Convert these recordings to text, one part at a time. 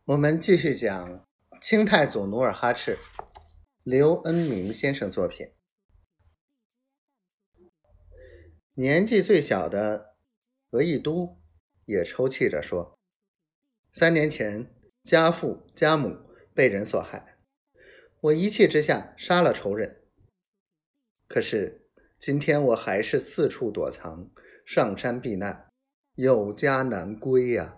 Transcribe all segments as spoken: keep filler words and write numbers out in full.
我们继续讲清太祖努尔哈赤，刘恩明先生作品。年纪最小的额亦都也抽泣着说，三年前家父家母被人所害，我一气之下杀了仇人，可是今天我还是四处躲藏，上山避难，有家难归呀、啊。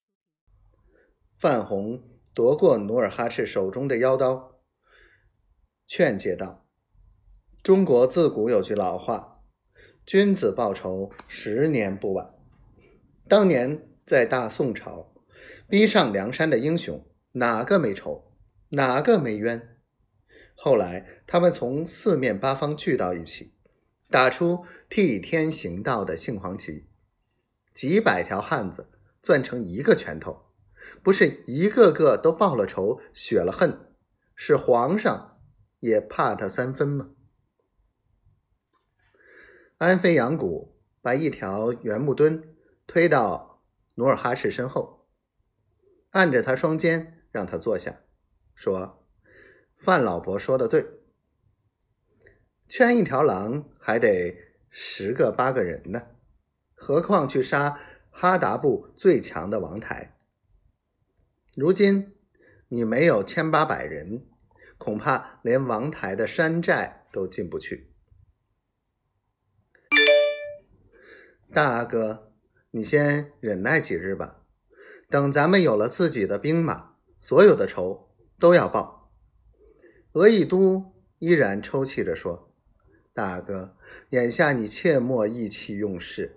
范弘夺过努尔哈赤手中的腰刀，劝诫道，中国自古有句老话，君子报仇，十年不晚。当年在大宋朝逼上梁山的英雄，哪个没仇，哪个没冤？后来他们从四面八方聚到一起，打出替天行道的杏黄旗，几百条汉子攥成一个拳头，不是一个个都报了仇，雪了恨，是皇上也怕他三分吗？安飞扬谷把一条圆木墩推到努尔哈赤身后，按着他双肩让他坐下，说，范老伯说的对，圈一条狼还得十个八个人呢，何况去杀哈达部最强的王台。如今你没有千八百人，恐怕连王台的山寨都进不去。大阿哥，你先忍耐几日吧，等咱们有了自己的兵马，所有的仇都要报。额亦都依然抽泣着说，大阿哥，眼下你切莫意气用事。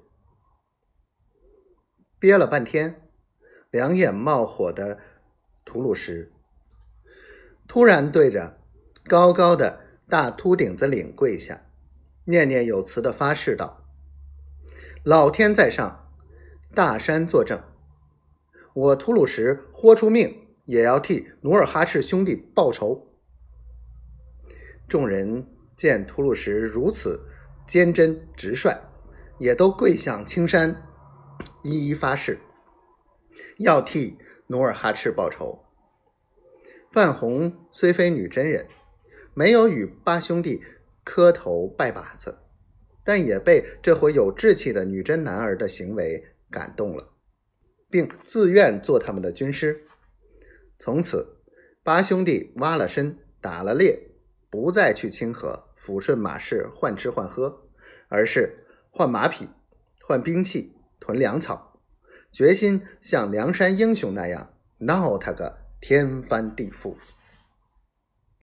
憋了半天，两眼冒火的吐鲁什突然对着高高的大秃顶子岭跪下，念念有词的发誓道，老天在上，大山作证，我吐鲁什豁出命也要替努尔哈赤兄弟报仇。众人见吐鲁什如此坚贞直率，也都跪向青山，一一发誓要替努尔哈赤报仇。范弘虽非女真人，没有与八兄弟磕头拜把子，但也被这伙有志气的女真男儿的行为感动了，并自愿做他们的军师。从此八兄弟挖了参，打了猎，不再去清河抚顺马市换吃换喝，而是换马匹，换兵器，囤粮草，决心像梁山英雄那样闹他个天翻地覆。